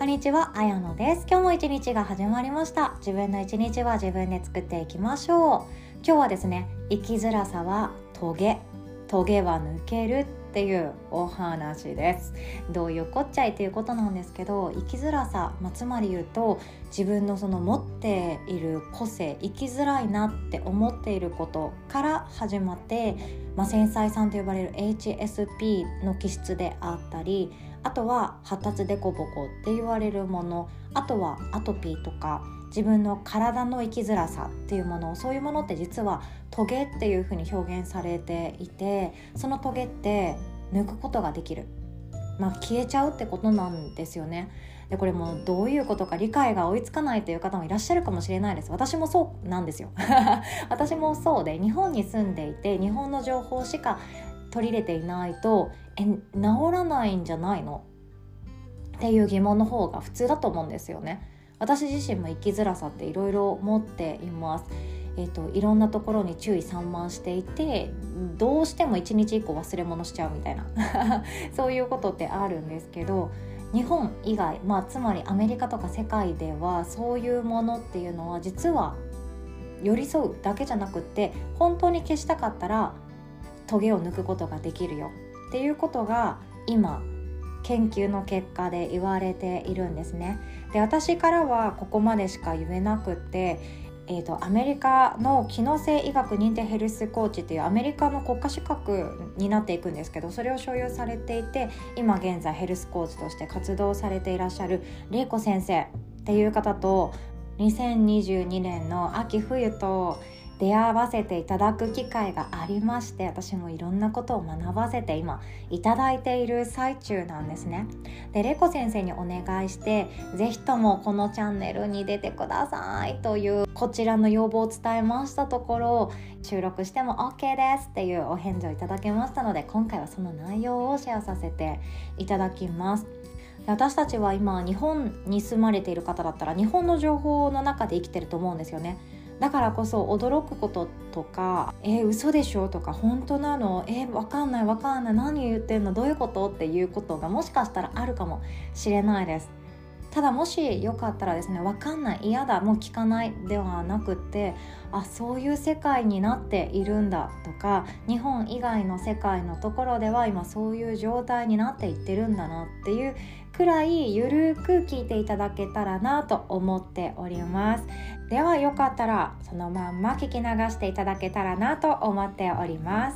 んにちは、あやのです。今日も一日が始まりました。自分の一日は自分で作っていきましょう。今日はですね、生きづらさはトゲは抜けるっていうお話です。どういうこっちゃいということなんですけど、生きづらさ、つまり言うと自分のその持っている個性、生きづらいなって思っていることから始まって、繊細さんと呼ばれる HSP の気質であったり、あとは発達デコボコって言われるもの、あとはアトピーとか自分の体の生きづらさっていうもの、そういうものって実はトゲっていうふうに表現されていて、そのトゲって抜くことができる、消えちゃうってことなんですよね。でこれもどういうことか理解が追いつかないという方もいらっしゃるかもしれないです。私もそうなんですよ私もそうで、日本に住んでいて日本の情報しか取り入れていないと治らないんじゃないのっていう疑問の方が普通だと思うんですよね。私自身も生きづらさっていろいろ持っています。いろんなところに注意散漫していて、どうしても1日1個忘れ物しちゃうみたいなそういうことってあるんですけど、日本以外、つまりアメリカとか世界ではそういうものっていうのは実は寄り添うだけじゃなくって、本当に消したかったらトゲを抜くことができるよっていうことが今研究の結果で言われているんですね。で、私からはここまでしか言えなくって、アメリカの機能性医学認定ヘルスコーチっていうアメリカの国家資格になっていくんですけど、それを所有されていて、今現在ヘルスコーチとして活動されていらっしゃる玲子先生っていう方と2022年の秋冬と出会わせていただく機会がありまして、私もいろんなことを学ばせて今いただいている最中なんですね。で、玲子先生にお願いして、ぜひともこのチャンネルに出てくださいというこちらの要望を伝えましたところ、収録しても OK ですっていうお返事をいただけましたので、今回はその内容をシェアさせていただきます。私たちは今日本に住まれている方だったら日本の情報の中で生きてると思うんですよね。だからこそ驚くこととか、嘘でしょとか、本当なの、わかんない何言ってんの、どういうことっていうことがもしかしたらあるかもしれないです。ただもしよかったらですね、わかんない、嫌だ、もう聞かないではなくって、そういう世界になっているんだとか、日本以外の世界のところでは今そういう状態になっていってるんだなっていうくらいゆるく聞いていただけたらなと思っております。ではよかったらそのまんま聞き流していただけたらなと思っております。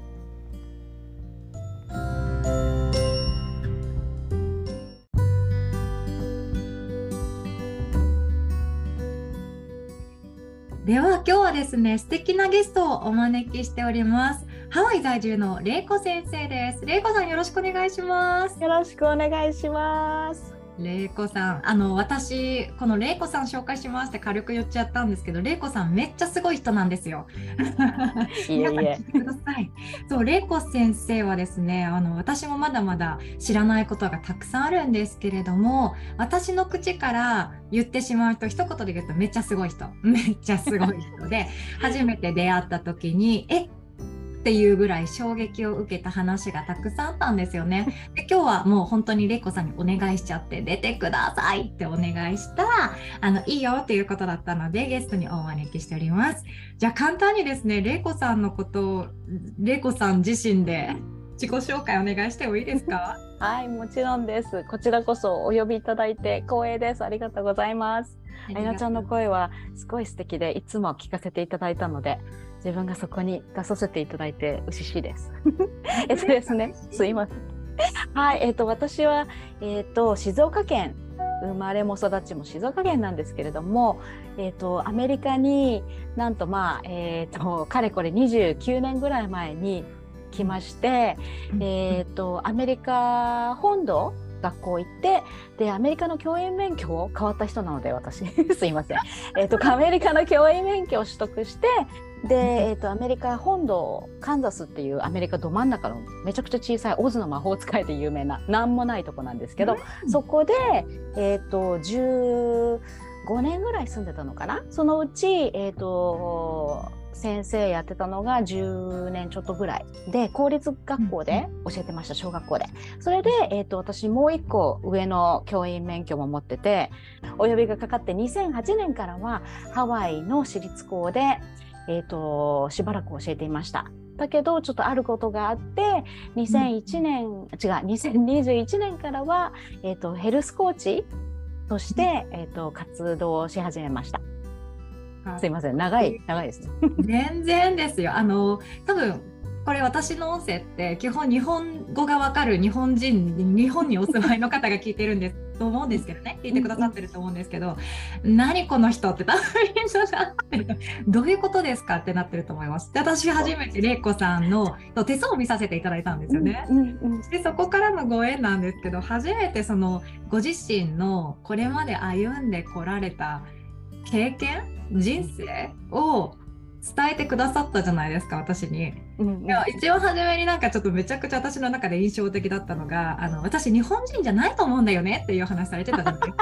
では今日はですね、素敵なゲストをお招きしております。ハワイ在住の玲子先生です。玲子さん、よろしくお願いします。 よろしくお願いします。 玲子さん、私この玲子さん紹介しますって軽く言っちゃったんですけど、玲子さんめっちゃすごい人なんですよ。皆さん聞いてください。そう、玲子先生はですね、私もまだまだ知らないことがたくさんあるんですけれども、私の口から言ってしまうと、一言で言うとめっちゃすごい人で初めて出会った時にっていうぐらい衝撃を受けた話がたくさんあったんですよね。で、今日はもう本当に玲子さんにお願いしちゃって、出てくださいってお願いしたらいいよっていうことだったので、ゲストにお招きしております。じゃあ簡単にですね、玲子さんのことを玲子さん自身で自己紹介お願いしてもいいですか？ はい、もちろんです。こちらこそお呼びいただいて光栄です。ありがとうございます。あやなちゃんの声はすごい素敵で、いつも聞かせていただいたので、自分がそこに出させていただいて嬉しいです。ですね、すいません。はい、私は、静岡県、生まれも育ちも静岡県なんですけれども、アメリカになんとかれこれ29年ぐらい前に来まして、アメリカ本土学校行って、でアメリカの教員免許を変わった人なので私すいません、アメリカの教員免許を取得して、で、アメリカ本土カンザスっていうアメリカど真ん中のめちゃくちゃ小さいオズの魔法使いで有名ななんもないとこなんですけど、そこで、15年ぐらい住んでたのかな。そのうち、 先生やってたのが10年ちょっとぐらいで、公立学校で教えてました、小学校で。それで、私もう一個上の教員免許も持ってて、お呼びがかかって2008年からはハワイの私立校で、しばらく教えていました。だけどちょっとあることがあって2021年からは、ヘルスコーチとして、活動し始めました。すいません、長いですね。 全然ですよ。多分これ私の音声って基本日本語がわかる日本にお住まいの方が聞いてるんですと思うんですけどね、聞いてくださってると思うんですけど、何この人って多分印象があってどういうことですかってなってると思います。で、私初めてれいこさんの手相を見させていただいたんですよね。で、そこからのご縁なんですけど、初めてそのご自身のこれまで歩んでこられた経験、人生を伝えてくださったじゃないですか、私に。一番初めになんかちょっとめちゃくちゃ私の中で印象的だったのが、私日本人じゃないと思うんだよねっていう話されてたじゃない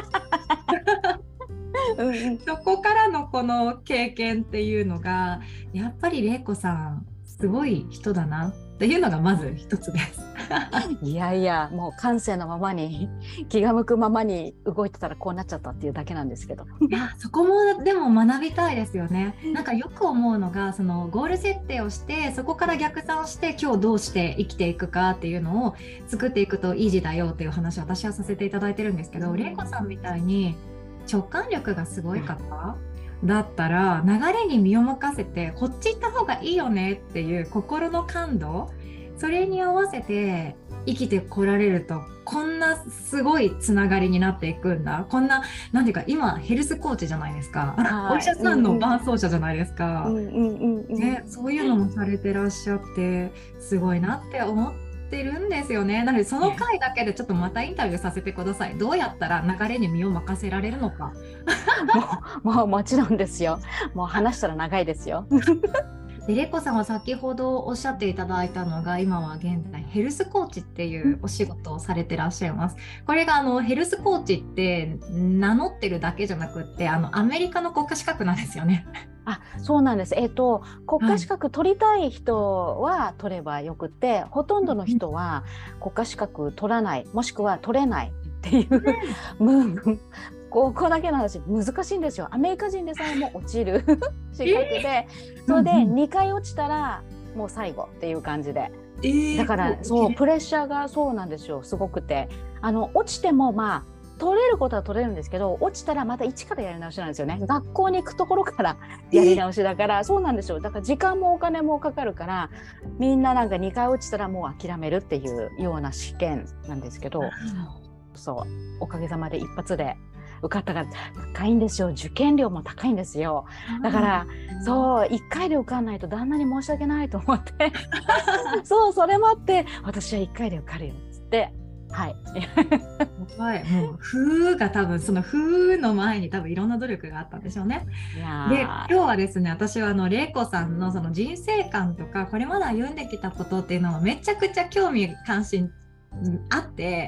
ですか。そこからのこの経験っていうのがやっぱりれいこさんすごい人だなっていうのがまず一つです。 いやいや、もう感性のままに気が向くままに動いてたらこうなっちゃったっていうだけなんですけど。 いや、そこもでも学びたいですよね。なんかよく思うのが、そのゴール設定をしてそこから逆算して今日どうして生きていくかっていうのを作っていくとイージーだよっていう話を私はさせていただいてるんですけど、れいこさんみたいに直感力がすごい方だったら流れに身を任せてこっち行った方がいいよねっていう心の感度、それに合わせて生きてこられるとこんなすごいつながりになっていくんだ。こんな、なんていうか、今ヘルスコーチじゃないですか、お医者さんの伴走者じゃないですか、そういうのもされてらっしゃってすごいなって思ってるんですよね。なのでその回だけでちょっとまたインタビューさせてください。どうやったら流れに身を任せられるのか。 もちろんですよ。もう話したら長いですよ。 で、れいこさんは先ほどおっしゃっていただいたのが、今は現在ヘルスコーチっていうお仕事をされてらっしゃいます。これがヘルスコーチって名乗ってるだけじゃなくってアメリカの国家資格なんですよね。 あ、そうなんです。国家資格取りたい人は取ればよくて、ほとんどの人は国家資格取らない、もしくは取れないっていう、ここだけの話難しいんですよ。アメリカ人でさえも落ちる資格で、それで2回落ちたらもう最後っていう感じで、だからそうプレッシャーがそうなんですよ、すごくて、落ちてもまあ取れることは取れるんですけど、落ちたらまた一からやり直しなんですよね。学校に行くところからやり直しだから、そうなんですよ。だから時間もお金もかかるから、みんななんか2回落ちたらもう諦めるっていうような試験なんですけど、そうおかげさまで一発で受かったから高いんですよ。受験料も高いんですよ。だからそう1回で受かんないと旦那に申し訳ないと思ってそう、それもあって私は1回で受かるよっつって、はいはい、もう風が多分その風の前に多分いろんな努力があったんでしょうね。で、今日はですね、私はれいこさんのその人生観とかこれまで歩んできたことっていうのはめちゃくちゃ興味関心あって、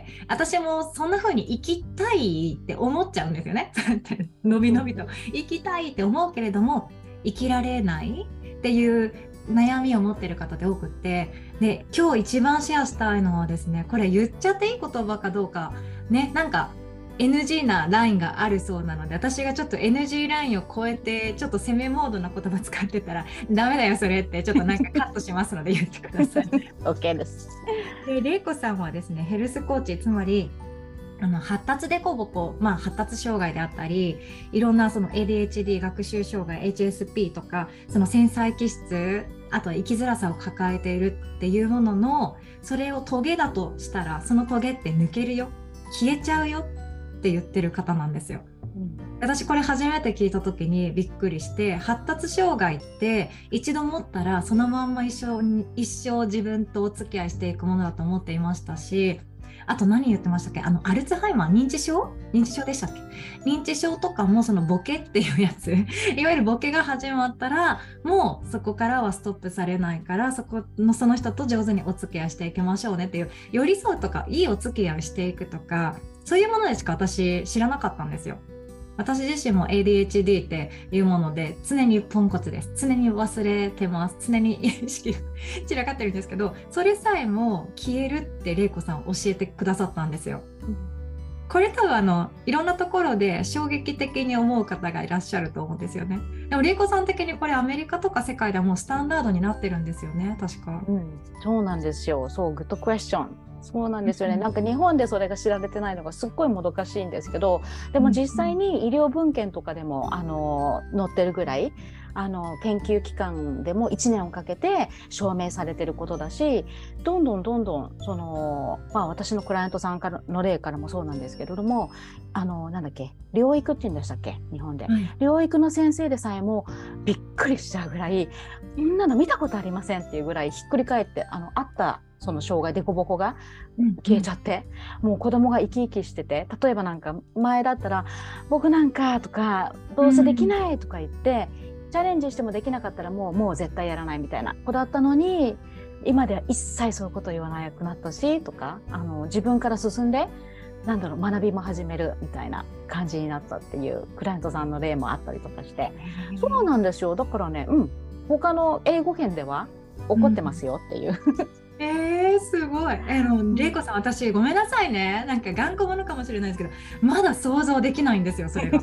私もそんな風に生きたいって思っちゃうんですよねのびのびと生きたいって思うけれども生きられないっていう悩みを持ってる方って多くって、で、今日一番シェアしたいのはですね、これ言っちゃっていい言葉かどうかね、なんか NG なラインがあるそうなので、私がちょっと NG ラインを超えてちょっと攻めモードな言葉使ってたらダメだよそれってちょっとなんかカットしますので言ってください OK です。 で、れいこさんはですね、ヘルスコーチ、つまり発達凸凹、発達障害であったり、いろんなその ADHD 学習障害 HSP とか、その繊細気質、あとは生きづらさを抱えているっていうものの、それをトゲだとしたらそのトゲって抜けるよ、消えちゃうよって言ってる方なんですよ。私これ初めて聞いた時にびっくりして、発達障害って一度持ったらそのまんま一生自分とお付き合いしていくものだと思っていましたし、あと何言ってましたっけ、アルツハイマー、認知症でしたっけ、認知症とかもそのボケっていうやついわゆるボケが始まったらもうそこからはストップされないから、その人と上手にお付き合いしていきましょうねっていう、寄り添うとかいいお付き合いしていくとか、そういうものでしか私知らなかったんですよ。 私自身も ADHD っていうもので常にポンコツです。常に忘れてます。常に意識が散らかってるんですけど、それさえも消えるって玲子さん教えてくださったんですよ。これ多分いろんなところで衝撃的に思う方がいらっしゃると思うんですよね。でも玲子さん的にこれアメリカとか世界ではもうスタンダードになってるんですよね、確か。 そうなんですよ。そう、グッドクエスチョン。そうなんですよね。なんか日本でそれが知られてないのがすっごいもどかしいんですけど、でも実際に医療文献とかでも載ってるぐらい、研究機関でも1年をかけて証明されてることだし、どんどん私のクライアントさんからの例からもそうなんですけれども、なんだっけ、療育って言うんでしたっけ、日本で、療育の先生でさえもびっくりしちゃうぐらい、こんなの見たことありませんっていうぐらいひっくり返って、あったその障害、凸凹が消えちゃって、もう子供が生き生きしてて、例えばなんか前だったら僕なんかとかどうせできないとか言って、チャレンジしてもできなかったらもう絶対やらないみたいな子だったのに、今では一切そういうこと言わなくなったしとか、自分から進んで学びも始めるみたいな感じになったっていうクライアントさんの例もあったりとかして、そうなんですよ。だからね、他の英語圏では起こってますよっていう、 すごい。玲子さん、私ごめんなさいね、なんか頑固者かもしれないですけど、まだ想像できないんですよ、それが。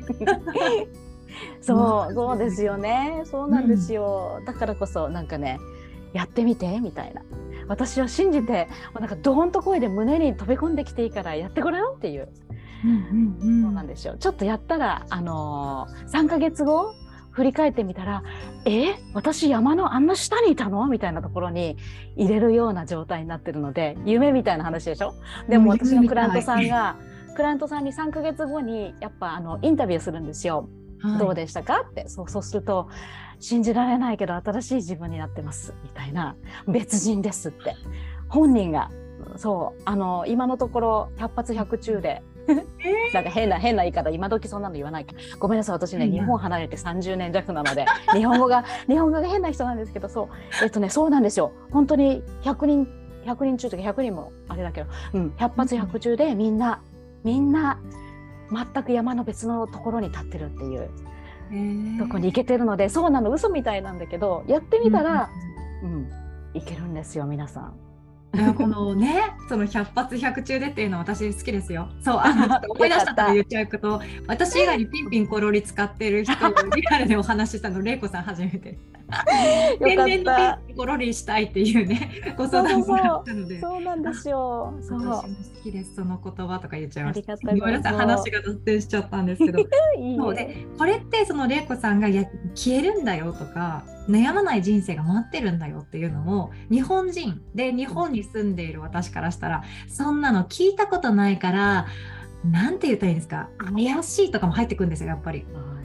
そうですよね。そうなんですよ。だからこそなんかね、やってみてみたいな。私を信じて、なんかドーンと声で胸に飛び込んできていいからやってごらんっていう。そうなんですよ。ちょっとやったら3ヶ月後振り返ってみたら、私山のあんな下にいたのみたいなところに入れるような状態になってるので、夢みたいな話でしょ。でも私のクライアントさんに3ヶ月後にやっぱインタビューするんですよ。どうでしたかって。そうすると、信じられないけど新しい自分になってますみたいな、別人ですって本人が、今のところ100発100中でなんか変な言い方、今時そんなの言わないか、ごめんなさい、私ね、日本離れて30年弱なので日本語が変な人なんですけど、そうなんですよ。本当に100人中とか100人もあれだけど、100発100中でみんな全く山の別のところに立ってるっていうとこに行けてるので、そうなの、嘘みたいなんだけど、やってみたらいけるんですよ、皆さん。 このね、その100発100中でっていうのは私好きですよ。そう、思い出したと言っちゃうこと、私以外にピンピンコロリ使ってる人をリアルでお話ししたの、玲子さん初めて。天然のピンピンコロリしたいっていうね、ご相談もらったので。 そうなんですよ。 私も好きです、その言葉とか言っちゃいました。 ごめんなさい、 話が脱線しちゃったんですけど。そうで、これってその玲子さんが消えるんだよとか、悩まない人生が待ってるんだよっていうのを、日本人で日本に住んでいる私からしたら、そんなの聞いたことないから、なんて言ったらいいんですか、怪しいとかも入ってくるんですよ、やっぱり。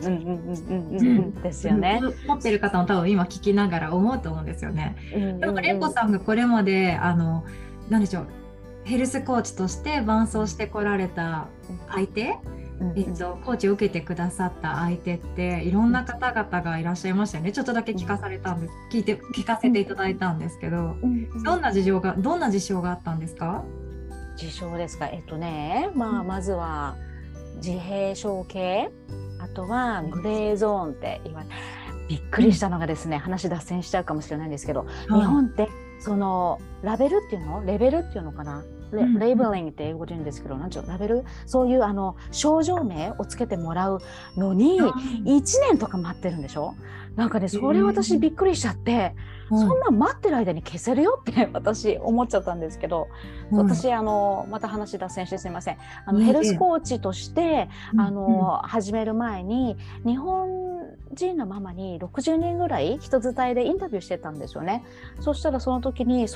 ですよね。 持ってる方も多分今聞きながら思うと思うんですよね。でも玲子さんがこれまで何でしょう、ヘルスコーチとして伴走してこられた相手、コーチを受けてくださった相手っていろんな方々がいらっしゃいましたよね。ちょっとだけ聞かせていただいたんですけど、どんな事象があったんですか？ 事象ですか。まずは自閉症系、あとはグレーゾーンって言われて、びっくりしたのがですね、話脱線しちゃうかもしれないんですけど、日本ってそのレベルっていうのかな、レーベリングって英語で言うんですけど、なんちゅうラベル、そういう症状名をつけてもらうのに1年とか待ってるんでしょ。なんかね、それ私びっくりしちゃって、そんな待ってる間に消せるよって私思っちゃったんですけど、私また話脱線してすみません。ヘルスコーチとして始める前に日本人のママに60人ぐらい人伝えでインタビューしてたんですよね。そしたらその時に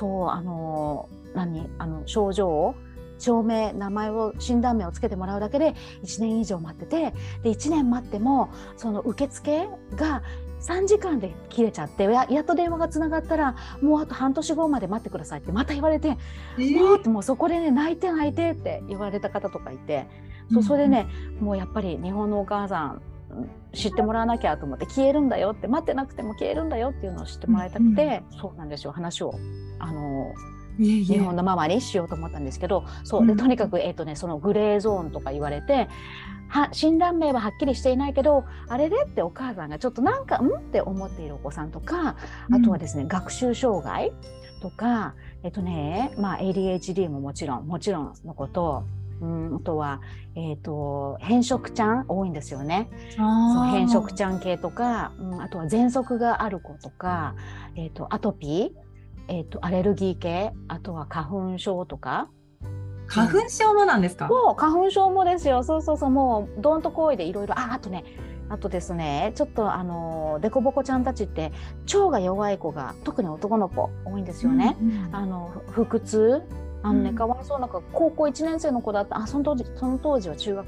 症状を診断名をつけてもらうだけで1年以上待ってて、で1年待ってもその受付が3時間で切れちゃって、やっと電話がつながったらもうあと半年後まで待ってくださいってまた言われて、もうそこでね、泣いてって言われた方とかいて、それでね、もうやっぱり日本のお母さん知ってもらわなきゃと思って、消えるんだよって、待ってなくても消えるんだよっていうのを知ってもらいたくて、そうなんですよ、話を日本のままにしようと思ったんですけど、そうでとにかく、そのグレーゾーンとか言われて、診断名ははっきりしていないけど、あれでってお母さんがちょっとなんかって思っているお子さんとか、あとはですね、学習障害とか、ADHD ももちろんのこと、あとは、偏食ちゃん多いんですよね。そう偏食ちゃん系とか、あとは喘息がある子とか、アトピー、アレルギー系、あとは花粉症とか。 花粉症もなんですか？ そう、花粉症もですよ。そうもうどんとこいでいろいろ。あとですね、ちょっとデコボコちゃんたちって腸が弱い子が特に男の子多いんですよね。腹痛かわいそうな高校1年生の子だった。その当時は中学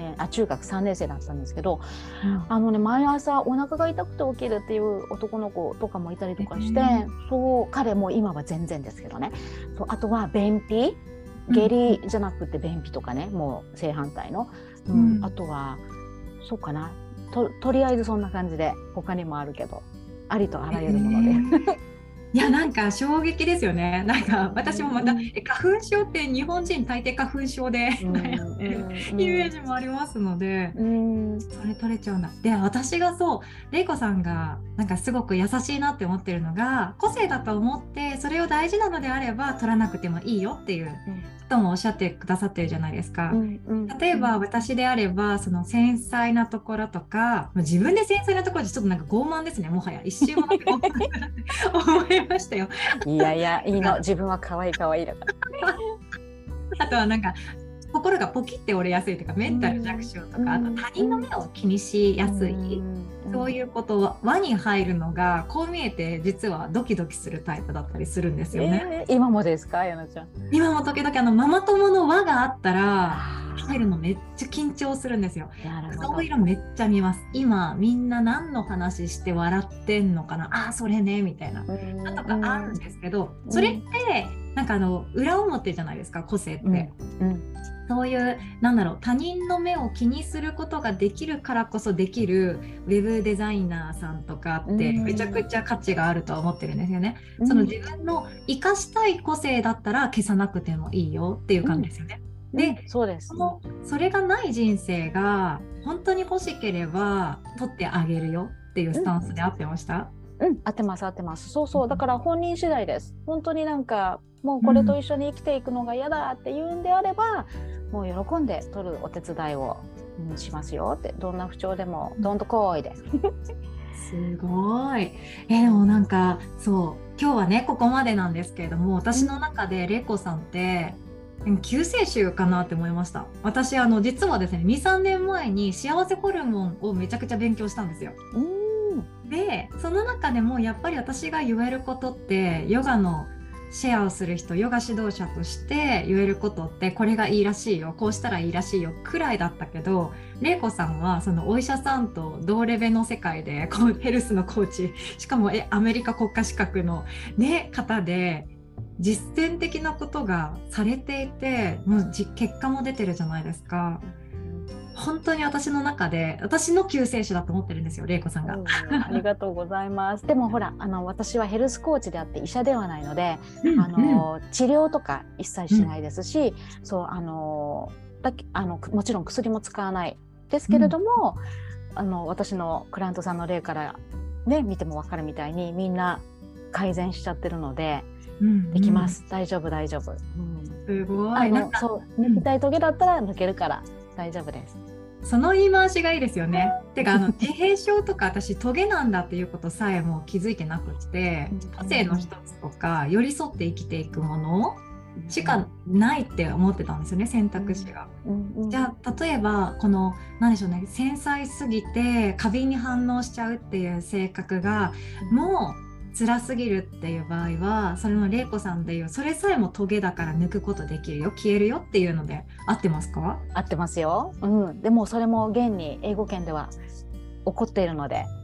3年生だったんですけど、毎朝お腹が痛くて起きるっていう男の子とかもいたりとかして、そう彼も今は全然ですけどね。そうあとは便秘、下痢じゃなくて便秘とかね、もう正反対の、あとはそうかな、とりあえずそんな感じで、他にもあるけどありとあらゆるもので。 いやなんか衝撃ですよね。なんか私もまた、花粉症って日本人大抵花粉症で悩んでるイメージもありますので、それ取れちゃうんだ。で私がれいこさんがなんかすごく優しいなって思ってるのが、個性だと思ってそれを大事なのであれば取らなくてもいいよっていうこともおっしゃってくださってるじゃないですか。例えば私であればその繊細なところとか、自分で繊細なところでちょっとなんか傲慢ですね、もはや一周回って傲慢だなって思いましたよ。 いやいいの、自分は可愛いだから。 あとはなんか心がポキって折れやすいとか、メンタル弱小とか、あと他人の目を気にしやすい、そういうことを輪に入るのがこう見えて実はドキドキするタイプだったりするんですよね。 今もですか、やなちゃん？ 今も時々ママ友の輪があったら入るのめっちゃ緊張するんですよ。顔色めっちゃ見ます。今みんな何の話して笑ってんのかな、それねみたいななんとかあるんですけど、それってなんか裏表じゃないですか、個性って。そういう他人の目を気にすることができるからこそできるウェブデザイナーさんとかってめちゃくちゃ価値があるとは思ってるんですよね。その自分の生かしたい個性だったら消さなくてもいいよっていう感じですよね。で、 そうです。 それがない人生が本当に欲しければ取ってあげるよっていうスタンスで合ってました？ 合ってます。そうだから本人次第です。本当になんかもうこれと一緒に生きていくのが嫌だって言うんであれば、もう喜んで取るお手伝いをしますよって、どんな不調でもどんとこいで。 すごい。でもなんか今日はねここまでなんですけれども、私の中でれいこさんって救世主かなって思いました。私実はですね 2,3 年前に幸せホルモンをめちゃくちゃ勉強したんですよ。でその中でもやっぱり私が言えることって、ヨガのシェアをする人、ヨガ指導者として言えることって、これがいいらしいよ、こうしたらいいらしいよくらいだったけど、れいこさんはそのお医者さんと同レベルの世界でヘルスのコーチ、しかもアメリカ国家資格の、方で実践的なことがされていて、もう結果も出てるじゃないですか。本当に私の中で私の救世主だと思ってるんですよ、れいこさんが。 ありがとうございます。でもほら私はヘルスコーチであって医者ではないので、治療とか一切しないですし、もちろん薬も使わないですけれども、私のクライアントさんの例からね見ても分かるみたいに、みんな改善しちゃってるので、できます。大丈夫。 すごい。 抜きたいトゲだったら抜けるから大丈夫です。 その言い回しがいいですよね。てか自閉症とか私トゲなんだっていうことさえも気づいてなくて、個性の一つとか寄り添って生きていくものしかないって思ってたんですよね、選択肢が。じゃあ例えば何でしょうね、繊細すぎて過敏に反応しちゃうっていう性格がもう辛すぎるっていう場合は、それのれいこさんでいうそれさえもトゲだから抜くことできるよ、消えるよっていうので合ってますか？ 合ってますよ。でもそれも現に英語圏では起こっているので、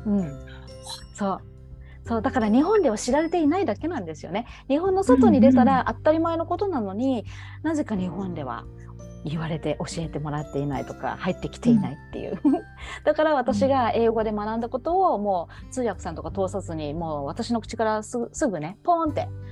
そうだから日本では知られていないだけなんですよね。日本の外に出たら当たり前のことなのに、なぜか日本では言われて教えてもらっていないとか入ってきていないっていう、だから私が英語で学んだことをもう通訳さんとか通さずに、もう私の口からすぐねポーンって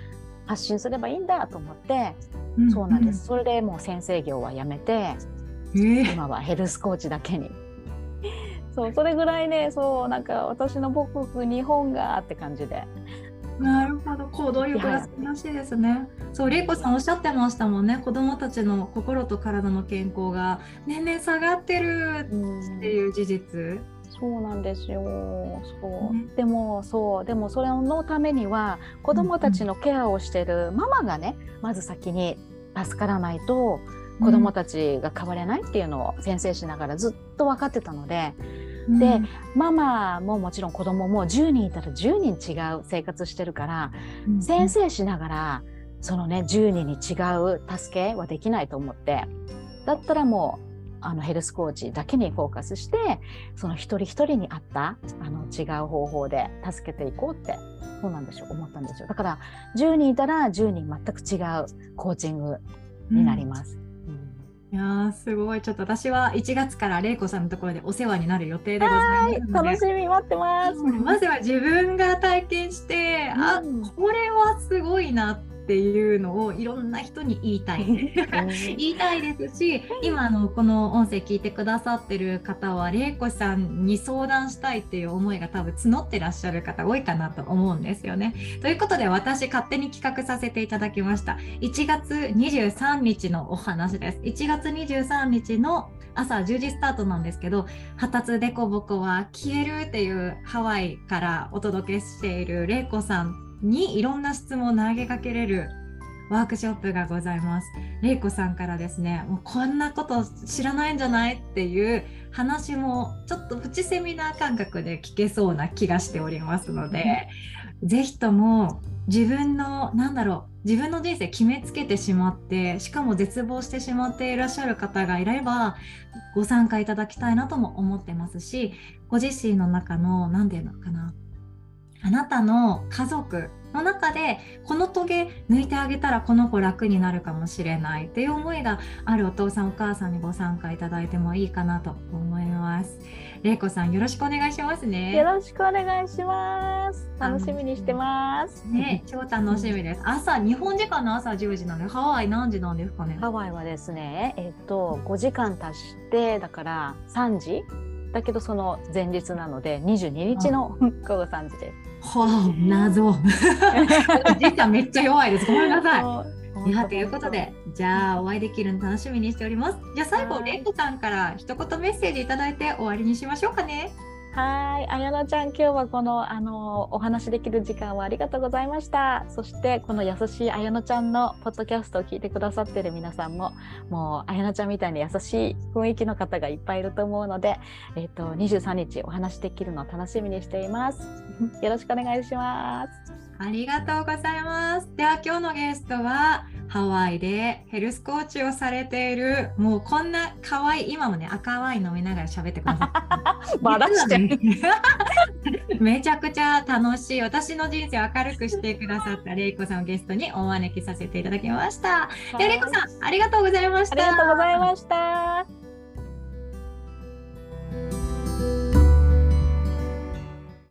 発信すればいいんだと思って、そうなんです。それでもう先生業はやめて、今はヘルスコーチだけに。そう、それぐらいね、そう、なんか私の母国日本がって感じで。 なるほど、行動力が素晴らしいですね。そう、玲子さんおっしゃってましたもんね。子どもたちの心と体の健康が年々下がってるっていう事実。 そうなんですよ。そう。でもそれのためには子どもたちのケアをしているママがね、まず先に助からないと子どもたちが変われないっていうのを先生しながらずっと分かってたので。で、ママももちろん子供も10人いたら10人違う生活してるから、先生しながらそのね10人に違う助けはできないと思って、だったらもうヘルスコーチだけにフォーカスして、その一人一人に合った違う方法で助けていこうって、そうなんでしょう、思ったんですよ。だから10人いたら10人全く違うコーチングになります。 いやすごい。ちょっと私は1月から玲子さんのところでお世話になる予定でございますので、 楽しみ、待ってます。 まずは自分が体験して、これはすごいなっていうのをいろんな人に言いたい言いたいですし、今この音声聞いてくださってる方は玲子さんに相談したいっていう思いが多分募ってらっしゃる方多いかなと思うんですよね。ということで私勝手に企画させていただきました。1月23日のお話です。1月23日の朝10時スタートなんですけど、発達デコボコは消えるっていうハワイからお届けしている玲子さんにいろんな質問を投げかけれるワークショップがございます。玲子さんからですね、もうこんなこと知らないんじゃないっていう話もちょっとプチセミナー感覚で聞けそうな気がしておりますので、ぜひとも自分の自分の人生決めつけてしまって、しかも絶望してしまっていらっしゃる方がいればご参加いただきたいなとも思ってますし、ご自身の中の何て言うのかな、あなたの家族の中でこのトゲ抜いてあげたらこの子楽になるかもしれないっていう思いがあるお父さんお母さんにご参加いただいてもいいかなと思います。玲子さんよろしくお願いしますね。 よろしくお願いします。楽しみにしてますね。超楽しみです。日本時間の朝10時なので、ハワイ何時なんですかね。 ハワイはですね、5時間足してだから3時だけど、その前日なので22日の午後3時です。 謎実はめっちゃ弱いです。ごめんなさい。いや、ということで、じゃあお会いできるの楽しみにしております。じゃあ最後、玲子さんから一言メッセージいただいて終わりにしましょうかね。 はい、綾乃ちゃん、今日はこのお話できる時間をありがとうございました。そしてこの優しい綾乃ちゃんのポッドキャストを聞いてくださっている皆さんも、もう綾乃ちゃんみたいに優しい雰囲気の方がいっぱいいると思うので、23日お話できるのを楽しみにしています。よろしくお願いします。 ありがとうございます。では今日のゲストはハワイでヘルスコーチをされている、もうこんな可愛い、今もね赤ワイン飲みながら喋ってください。 バラしてる。 めちゃくちゃ楽しい、私の人生を明るくしてくださった玲子さんをゲストにお招きさせていただきました。で、玲子さんありがとうございました。 ありがとうございました。